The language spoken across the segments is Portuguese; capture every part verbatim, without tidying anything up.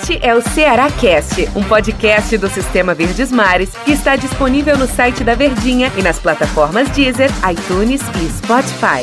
Este é o Ceará Cast, um podcast do Sistema Verdes Mares que está disponível no site da Verdinha e nas plataformas Deezer, iTunes e Spotify.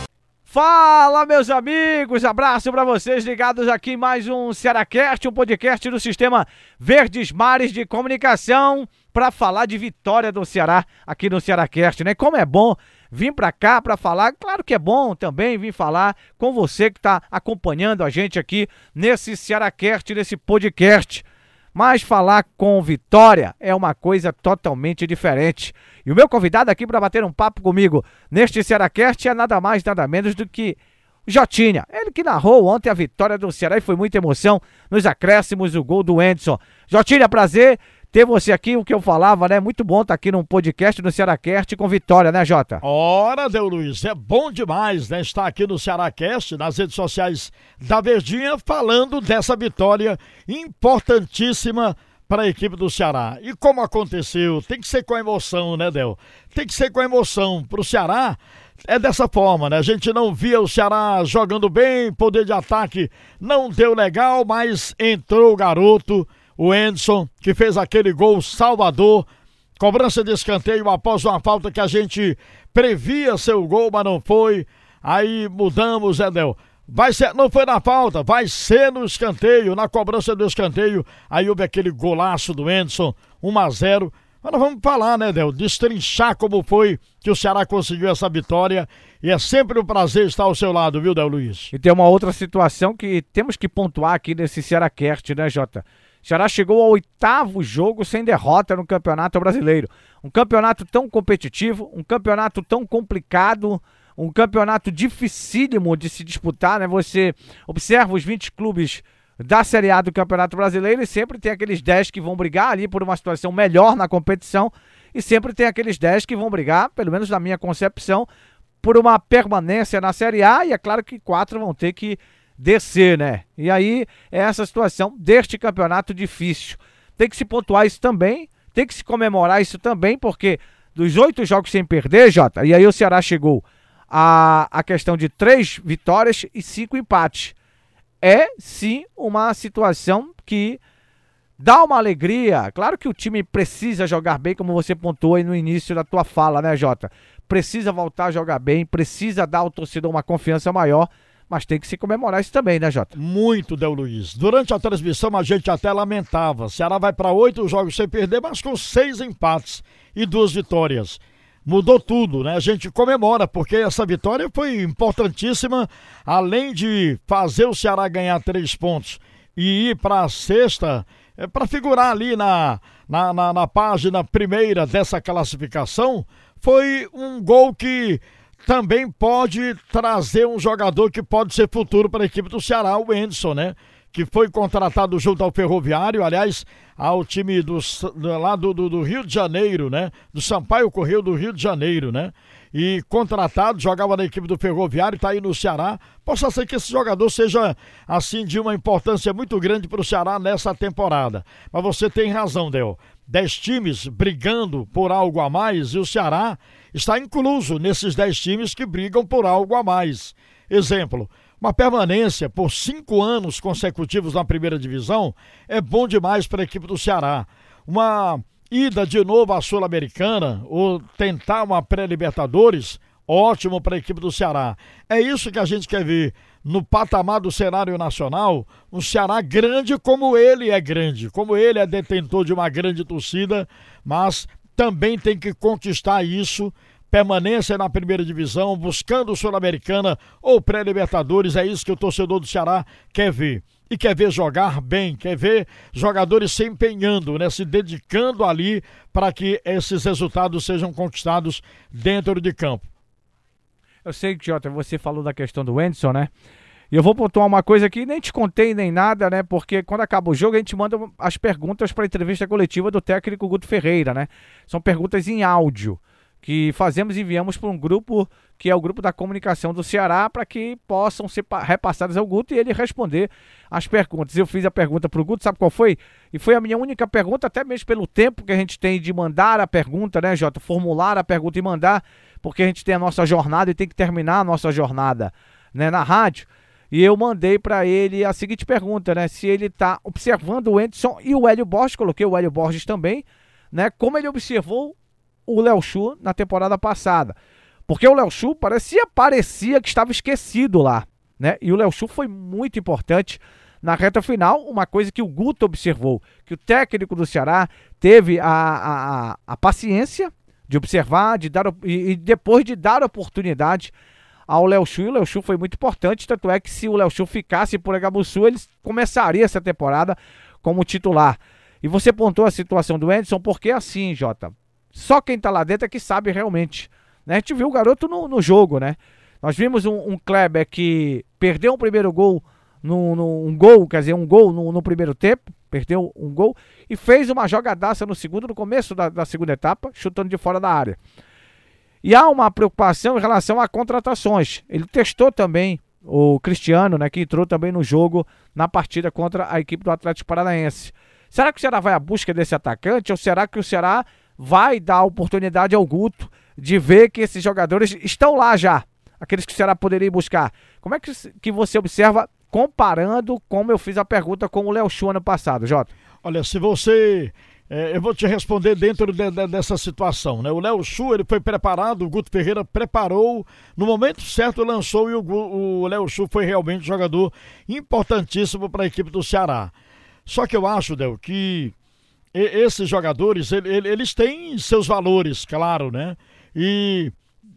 Fala, meus amigos, abraço para vocês ligados aqui em mais um Ceará Cast, um podcast do Sistema Verdes Mares de Comunicação para falar de vitória do Ceará aqui no Ceará Cast, né? Como é bom vir para cá para falar, claro que é bom também vir falar com você que está acompanhando a gente aqui nesse Ceará Cast, nesse podcast. Mas falar com vitória é uma coisa totalmente diferente. E o meu convidado aqui para bater um papo comigo neste Cearacast é nada mais, nada menos do que Jotinha. Ele que narrou ontem a vitória do Ceará e foi muita emoção nos acréscimos, o gol do Anderson. Jotinha, prazer ter você aqui, o que eu falava, né? Muito bom estar aqui num podcast do Cearacast com vitória, né, Jota? Ora, Deu Luiz, é bom demais, né? Estar aqui no Cearacast, nas redes sociais da Verdinha, falando dessa vitória importantíssima para a equipe do Ceará. E como aconteceu, tem que ser com emoção, né, Del? Tem que ser com emoção. Para o Ceará, é dessa forma, né? A gente não via o Ceará jogando bem, poder de ataque não deu legal, mas entrou o garoto, o Anderson, que fez aquele gol salvador, cobrança de escanteio após uma falta que a gente previa ser o gol, mas não foi. Aí mudamos, Edel. Vai ser, não foi na falta, vai ser no escanteio, na cobrança do escanteio. Aí houve aquele golaço do Anderson, um a zero. Mas nós vamos falar, né, Del? Destrinchar como foi que o Ceará conseguiu essa vitória. E é sempre um prazer estar ao seu lado, viu, Del Luiz? E tem uma outra situação que temos que pontuar aqui nesse Cearacast, né, Jota? O Ceará chegou ao oitavo jogo sem derrota no Campeonato Brasileiro. Um campeonato tão competitivo, um campeonato tão complicado, um campeonato dificílimo de se disputar, né? Você observa os vinte clubes da Série A do Campeonato Brasileiro e sempre tem aqueles dez que vão brigar ali por uma situação melhor na competição e sempre tem aqueles dez que vão brigar, pelo menos na minha concepção, por uma permanência na Série A e é claro que quatro vão ter que descer, né? E aí é essa situação deste campeonato difícil. Tem que se pontuar isso também, tem que se comemorar isso também, porque dos oito jogos sem perder, Jota, e aí o Ceará chegou a, a questão de três vitórias e cinco empates. É sim uma situação que dá uma alegria. Claro que o time precisa jogar bem, como você pontuou aí no início da tua fala, né, Jota? Precisa voltar a jogar bem, precisa dar ao torcedor uma confiança maior. Mas tem que se comemorar isso também, né, Jota? Muito, Del Luiz. Durante a transmissão a gente até lamentava. Ceará vai para oito jogos sem perder, mas com seis empates e duas vitórias. Mudou tudo, né? A gente comemora, porque essa vitória foi importantíssima. Além de fazer o Ceará ganhar três pontos e ir para a sexta, é, para figurar ali na, na, na, na página primeira dessa classificação, foi um gol que também pode trazer um jogador que pode ser futuro para a equipe do Ceará, o Anderson, né? Que foi contratado junto ao Ferroviário, aliás, ao time do, lá do, do, do Rio de Janeiro, né? Do Sampaio Correia do Rio de Janeiro, né? E contratado, jogava na equipe do Ferroviário, está aí no Ceará. Possa ser que esse jogador seja, assim, de uma importância muito grande para o Ceará nessa temporada. Mas você tem razão, Del. Dez times brigando por algo a mais e o Ceará está incluso nesses dez times que brigam por algo a mais. Exemplo, uma permanência por cinco anos consecutivos na primeira divisão é bom demais para a equipe do Ceará. Uma ida de novo à Sul-Americana ou tentar uma pré-Libertadores, ótimo para a equipe do Ceará. É isso que a gente quer ver no patamar do cenário nacional, um Ceará grande como ele é grande, como ele é detentor de uma grande torcida, mas também tem que conquistar isso, permanência na primeira divisão, buscando Sul-Americana ou pré-Libertadores, é isso que o torcedor do Ceará quer ver. E quer ver jogar bem, quer ver jogadores se empenhando, né, se dedicando ali para que esses resultados sejam conquistados dentro de campo. Eu sei que, Jota, você falou da questão do Anderson, né? E eu vou pontuar uma coisa que nem te contei nem nada, né? Porque quando acaba o jogo a gente manda as perguntas para a entrevista coletiva do técnico Guto Ferreira, né? São perguntas em áudio que fazemos e enviamos para um grupo que é o grupo da comunicação do Ceará para que possam ser repassadas ao Guto e ele responder as perguntas. Eu fiz a pergunta para o Guto, sabe qual foi? E foi a minha única pergunta, até mesmo pelo tempo que a gente tem de mandar a pergunta, né, Jota? Formular a pergunta e mandar, porque a gente tem a nossa jornada e tem que terminar a nossa jornada, né, na rádio. E eu mandei para ele a seguinte pergunta, né? Se ele está observando o Anderson e o Hélio Borges, coloquei o Hélio Borges também, né? Como ele observou o Léo Chu na temporada passada. Porque o Léo Chu parecia, parecia que estava esquecido lá, né? E o Léo Chu foi muito importante na reta final, uma coisa que o Guto observou, que o técnico do Ceará teve a, a, a, a paciência de observar, de dar, e, e depois de dar oportunidade ao Léo Chu, e o Léo Chu foi muito importante, tanto é que se o Léo Chu ficasse por Agabuçu, ele começaria essa temporada como titular. E você pontou a situação do Anderson, porque assim, Jota, só quem tá lá dentro é que sabe realmente, né? A gente viu o garoto no, no jogo, né? Nós vimos um, um Kleber que perdeu o primeiro gol, no, no, um gol, quer dizer, um gol no, no primeiro tempo, perdeu um gol, e fez uma jogadaça no segundo, no começo da, da segunda etapa, chutando de fora da área. E há uma preocupação em relação a contratações. Ele testou também o Cristiano, né, que entrou também no jogo na partida contra a equipe do Atlético Paranaense. Será que o Ceará vai à busca desse atacante ou será que o Ceará vai dar oportunidade ao Guto de ver que esses jogadores estão lá já, aqueles que o Ceará poderia buscar? Como é que, que você observa comparando como eu fiz a pergunta com o Léo Chu ano passado, Jota? Olha, se você... É, eu vou te responder dentro de, de, dessa situação, né? O Léo Chu, ele foi preparado, o Guto Ferreira preparou, no momento certo lançou e o, o Léo Chu foi realmente um jogador importantíssimo para a equipe do Ceará. Só que eu acho, Del, que esses jogadores, ele, eles têm seus valores, claro, né? E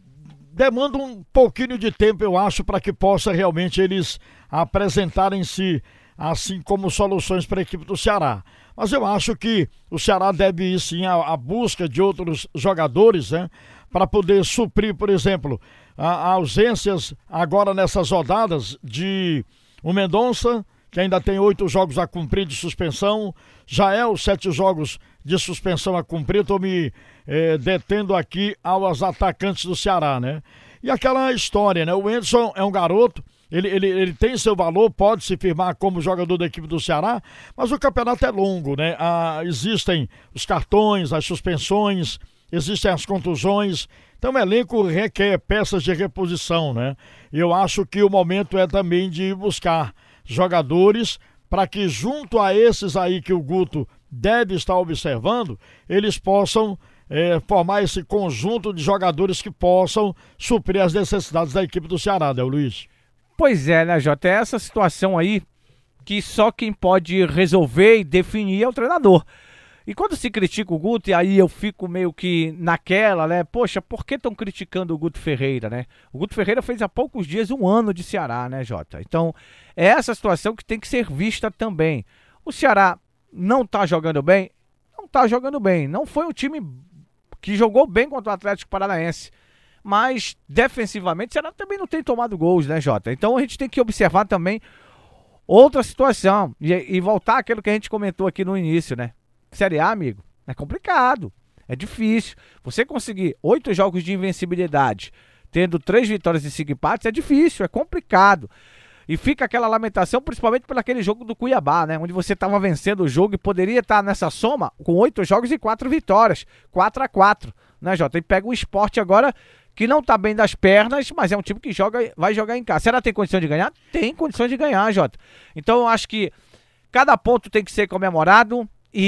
demandam um pouquinho de tempo, eu acho, para que possa realmente eles apresentarem-se assim como soluções para a equipe do Ceará. Mas eu acho que o Ceará deve ir sim à, à busca de outros jogadores, né? Para poder suprir, por exemplo, a, a ausências agora nessas rodadas de o Mendonça, que ainda tem oito jogos a cumprir de suspensão, Jael, sete jogos de suspensão a cumprir. Estou me eh, detendo aqui aos atacantes do Ceará, né? E aquela história, né? O Anderson é um garoto, ele, ele, ele tem seu valor, pode se firmar como jogador da equipe do Ceará, mas o campeonato é longo, né? Ah, existem os cartões, as suspensões, existem as contusões, então o elenco requer peças de reposição, né? E eu acho que o momento é também de buscar jogadores para que junto a esses aí que o Guto deve estar observando, eles possam é, formar esse conjunto de jogadores que possam suprir as necessidades da equipe do Ceará, né, Luiz? Pois é, né, Jota? É essa situação aí que só quem pode resolver e definir é o treinador. E quando se critica o Guto, e aí eu fico meio que naquela, né? Poxa, por que estão criticando o Guto Ferreira, né? O Guto Ferreira fez há poucos dias um ano de Ceará, né, Jota? Então, é essa situação que tem que ser vista também. O Ceará não tá jogando bem? Não tá jogando bem. Não foi um time que jogou bem contra o Atlético Paranaense. Mas, defensivamente, o Ceará também não tem tomado gols, né, Jota? Então, a gente tem que observar também outra situação. E, e voltar àquilo que a gente comentou aqui no início, né? Série A, amigo, é complicado, é difícil. Você conseguir oito jogos de invencibilidade, tendo três vitórias e cinco empates, é difícil, é complicado. E fica aquela lamentação, principalmente por aquele jogo do Cuiabá, né? Onde você estava vencendo o jogo e poderia estar nessa soma com oito jogos e quatro vitórias, quatro a quatro, né, Jota? E pega o Sport agora, que não tá bem das pernas, mas é um time que joga, vai jogar em casa. Será que tem condição de ganhar? Tem condições de ganhar, Jota. Então eu acho que cada ponto tem que ser comemorado.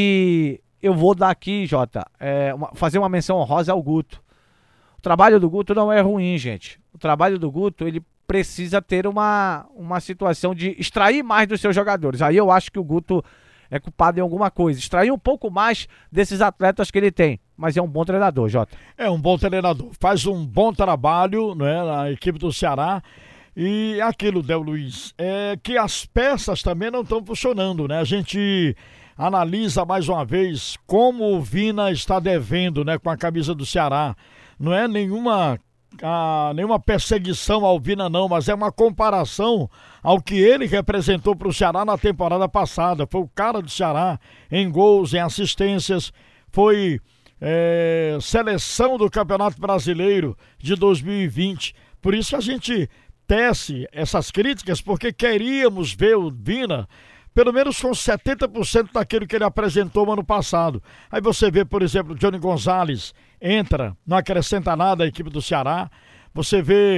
E eu vou dar aqui, Jota, é, uma, fazer uma menção honrosa ao Guto. O trabalho do Guto não é ruim, gente. O trabalho do Guto, ele precisa ter uma, uma situação de extrair mais dos seus jogadores. Aí eu acho que o Guto é culpado em alguma coisa. Extrair um pouco mais desses atletas que ele tem. Mas é um bom treinador, Jota. É um bom treinador. Faz um bom trabalho, né, na equipe do Ceará. E aquilo, Del Luiz, é que as peças também não estão funcionando, né? A gente analisa mais uma vez como o Vina está devendo, né, com a camisa do Ceará. Não é nenhuma, ah, nenhuma perseguição ao Vina, não, mas é uma comparação ao que ele representou para o Ceará na temporada passada. Foi o cara do Ceará em gols, em assistências, foi é, seleção do Campeonato Brasileiro de dois mil e vinte. Por isso a gente tece essas críticas, porque queríamos ver o Vina pelo menos com setenta por cento daquilo que ele apresentou no ano passado. Aí você vê, por exemplo, Johnny Gonzalez entra, não acrescenta nada à equipe do Ceará. Você vê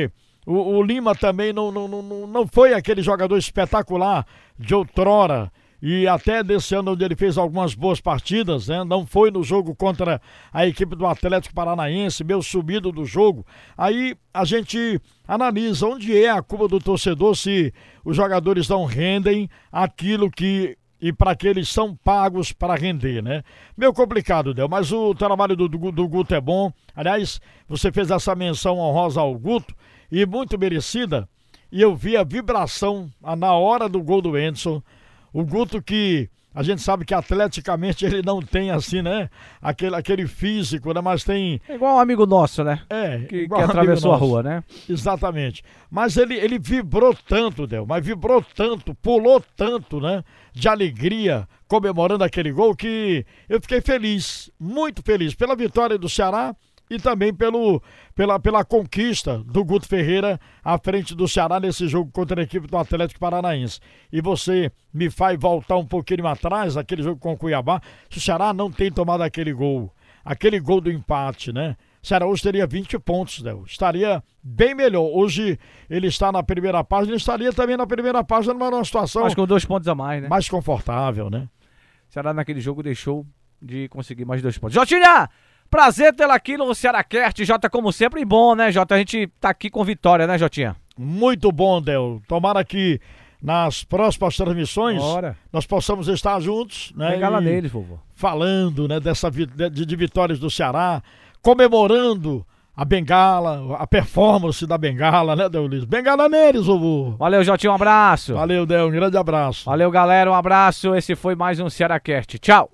O, o Lima também não, não, não, não foi aquele jogador espetacular de outrora. E até desse ano onde ele fez algumas boas partidas, né? Não foi no jogo contra a equipe do Atlético Paranaense, meio subido do jogo. Aí a gente analisa onde é a culpa do torcedor se os jogadores não rendem aquilo que e para que eles são pagos para render, né? Meio complicado, Del, mas o trabalho do, do, do Guto é bom. Aliás, você fez essa menção honrosa ao Guto e muito merecida. E eu vi a vibração na hora do gol do Edson. O Guto que a gente sabe que atleticamente ele não tem assim, né? Aquele, aquele físico, né? Mas tem... É igual um amigo nosso, né? É, que, que atravessou a rua, né? Exatamente. Mas ele, ele vibrou tanto, Del, mas vibrou tanto, pulou tanto, né? De alegria, comemorando aquele gol que eu fiquei feliz, muito feliz pela vitória do Ceará e também pelo, pela, pela conquista do Guto Ferreira à frente do Ceará nesse jogo contra a equipe do Atlético Paranaense. E você me faz voltar um pouquinho atrás, aquele jogo com o Cuiabá, se o Ceará não tem tomado aquele gol, aquele gol do empate, né? O Ceará hoje teria vinte pontos, né? Estaria bem melhor. Hoje ele está na primeira página, estaria também na primeira página numa situação... Mas com dois pontos a mais, né? Mais confortável, né? O Ceará naquele jogo deixou de conseguir mais dois pontos. Jotinha! Prazer tê-la aqui no Cearacast, Jota, como sempre, e bom, né, Jota? A gente tá aqui com vitória, né, Jotinha? Muito bom, Del. Tomara que nas próximas transmissões Bora. nós possamos estar juntos, né? Pegá-la neles, vovô. Falando, né, dessa, de, de vitórias do Ceará, comemorando a bengala, a performance da bengala, né, Del Luiz? Bengala neles, vovô. Valeu, Jotinha, um abraço. Valeu, Del, um grande abraço. Valeu, galera, um abraço. Esse foi mais um Cearacast. Tchau.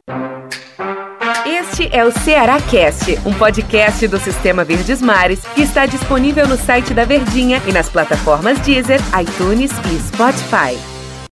Este é o Cearacast, um podcast do Sistema Verdes Mares que está disponível no site da Verdinha e nas plataformas Deezer, iTunes e Spotify.